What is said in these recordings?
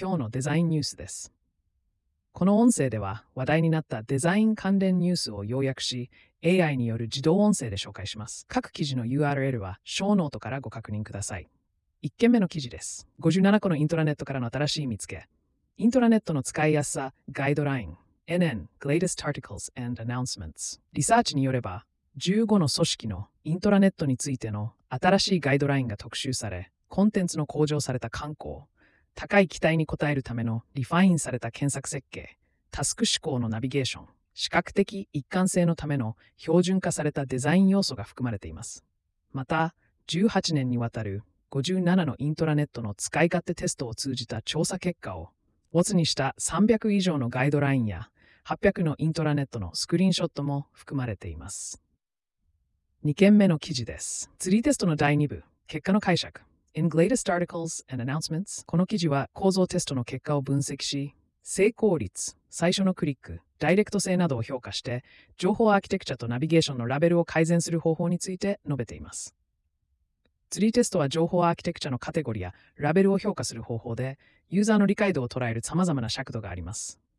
今日のデザインニュースです。この音声では話題になったデザイン関連ニュースを要約し、AI による自動音声で紹介します。各記事の URL はショーノートからご確認ください。1件目の記事です。57個のイントラネットからの新しい見つけ。イントラネットの使いやすさ、ガイドライン、NN、Latest Articles and Announcements。リサーチによれば、15の組織のイントラネットについての新しいガイドラインが特集され、コンテンツの向上された慣行、高い期待に応えるためのリファインされた検索設計、タスク指向のナビゲーション、視覚的一貫性のための標準化されたデザイン要素が含まれています。また、18年にわたる57のイントラネットの使い勝手テストを通じた調査結果を、WOTS にした300以上のガイドラインや800のイントラネットのスクリーンショットも含まれています。2件目の記事です。ツリーテストの第2部、結果の解釈。In latest articles and announcements、この記事は構造テストの結果を分析し、成功率、最初のクリック、ダイレクト性などを評価して、情報アーキテクチャとナビゲーションのラベルを改善する方法について述べています。ツリーテストは情報アーキテクチャのカテゴリーやラベルを評価する方法で、ユーザーの理解度を捉える様々な尺度があります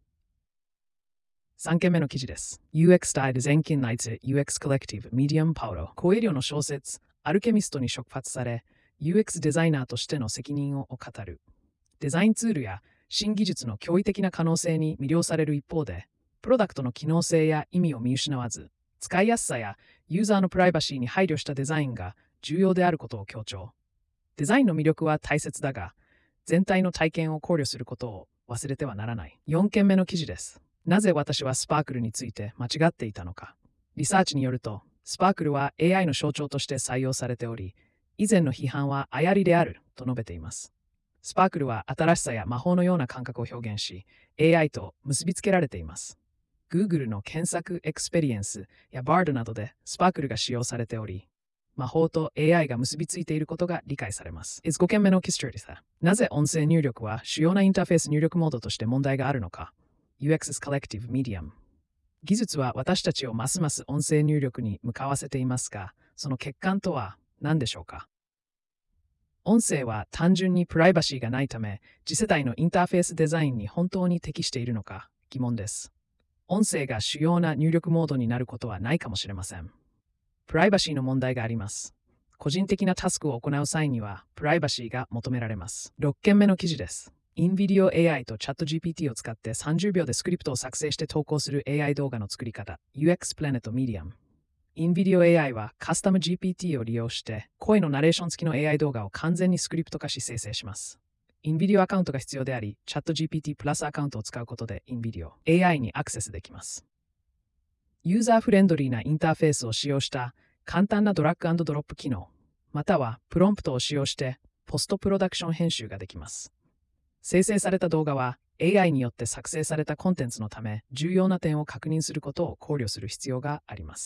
。3件目の記事です。UX 大全近内図 UX コレクティブミディアムパウロ。コエリオの小説、アルケミストに触発され、UX デザイナーとしての責任を語る。デザインツールや新技術の驚異的な可能性に魅了される一方で、プロダクトの機能性や意味を見失わず、使いやすさやユーザーのプライバシーに配慮したデザインが重要であることを強調。デザインの魅力は大切だが、全体の体験を考慮することを忘れてはならない。4件目の記事です。なぜ私はスパークルについて間違っていたのか。リサーチによると、スパークルは AI の象徴として採用されており、以前の批判は誤りであると述べています。スパークルは新しさや魔法のような感覚を表現し、AI と結びつけられています。Google の検索エクスペリエンスや Bard などでスパークルが使用されており、魔法と AI が結びついていることが理解されます。5件目のキストリーだ。なぜ音声入力は主要なインターフェース入力モードとして問題があるのか。UX's Collective Medium。技術は私たちをますます音声入力に向かわせていますが、その欠陥とは何でしょうか。音声は単純にプライバシーがないため、次世代のインターフェースデザインに本当に適しているのか疑問です。音声が主要な入力モードになることはないかもしれません。プライバシーの問題があります。個人的なタスクを行う際には、プライバシーが求められます。6件目の記事です。InVideo AI と ChatGPT を使って30秒でスクリプトを作成して投稿する AI 動画の作り方、UX Planet Medium。InVideo AI はカスタム GPT を利用して、声のナレーション付きの AI 動画を完全にスクリプト化し生成します。InVideo アカウントが必要であり、ChatGPT プラスアカウントを使うことで InVideo AI にアクセスできます。ユーザーフレンドリーなインターフェースを使用した簡単なドラッグ&ドロップ機能、またはプロンプトを使用してポストプロダクション編集ができます。生成された動画は AI によって作成されたコンテンツのため、重要な点を確認することを考慮する必要があります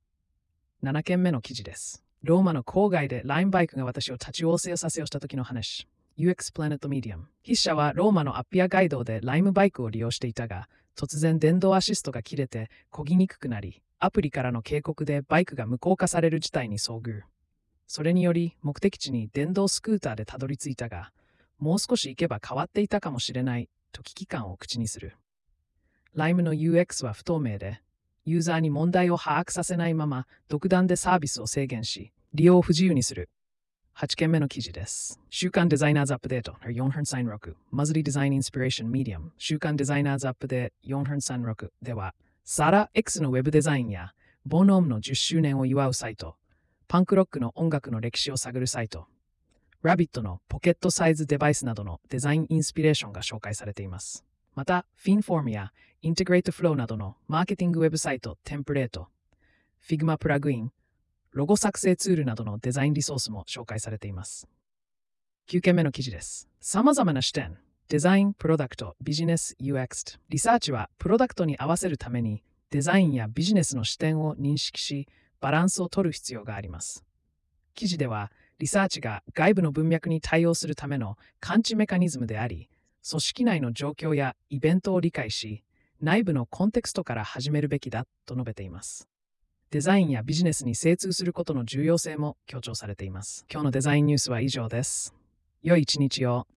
。7件目の記事です。ローマの郊外でライムバイクが私を立ち往生させをした時の話。UX Planet Medium。筆者はローマのアッピア街道でライムバイクを利用していたが、突然電動アシストが切れて漕ぎにくくなり、アプリからの警告でバイクが無効化される事態に遭遇。それにより目的地に電動スクーターでたどり着いたが、もう少し行けば変わっていたかもしれないと危機感を口にする。ライムの UX は不透明で、ユーザーに問題を把握させないまま独断でサービスを制限し、利用を不自由にする。8件目の記事です。週刊デザイナーズアップデート436 Monthly Design Inspiration Medium 週刊デザイナーズアップデート436では、サラ X のウェブデザインやボノームの10周年を祝うサイト、パンクロックの音楽の歴史を探るサイト、ラビットのポケットサイズデバイスなどのデザインインスピレーションが紹介されています。また、FinForm や Integrate Flow などのマーケティングウェブサイト、テンプレート、Figma プラグイン、ロゴ作成ツールなどのデザインリソースも紹介されています。9件目の記事です。様々な視点、デザイン、プロダクト、ビジネス、UX。リサーチはプロダクトに合わせるためにデザインやビジネスの視点を認識し、バランスを取る必要があります。記事では、リサーチが外部の文脈に対応するための感知メカニズムであり、組織内の状況やイベントを理解し、内部のコンテクストから始めるべきだと述べています。デザインやビジネスに精通することの重要性も強調されています。今日のデザインニュースは以上です。良い一日を。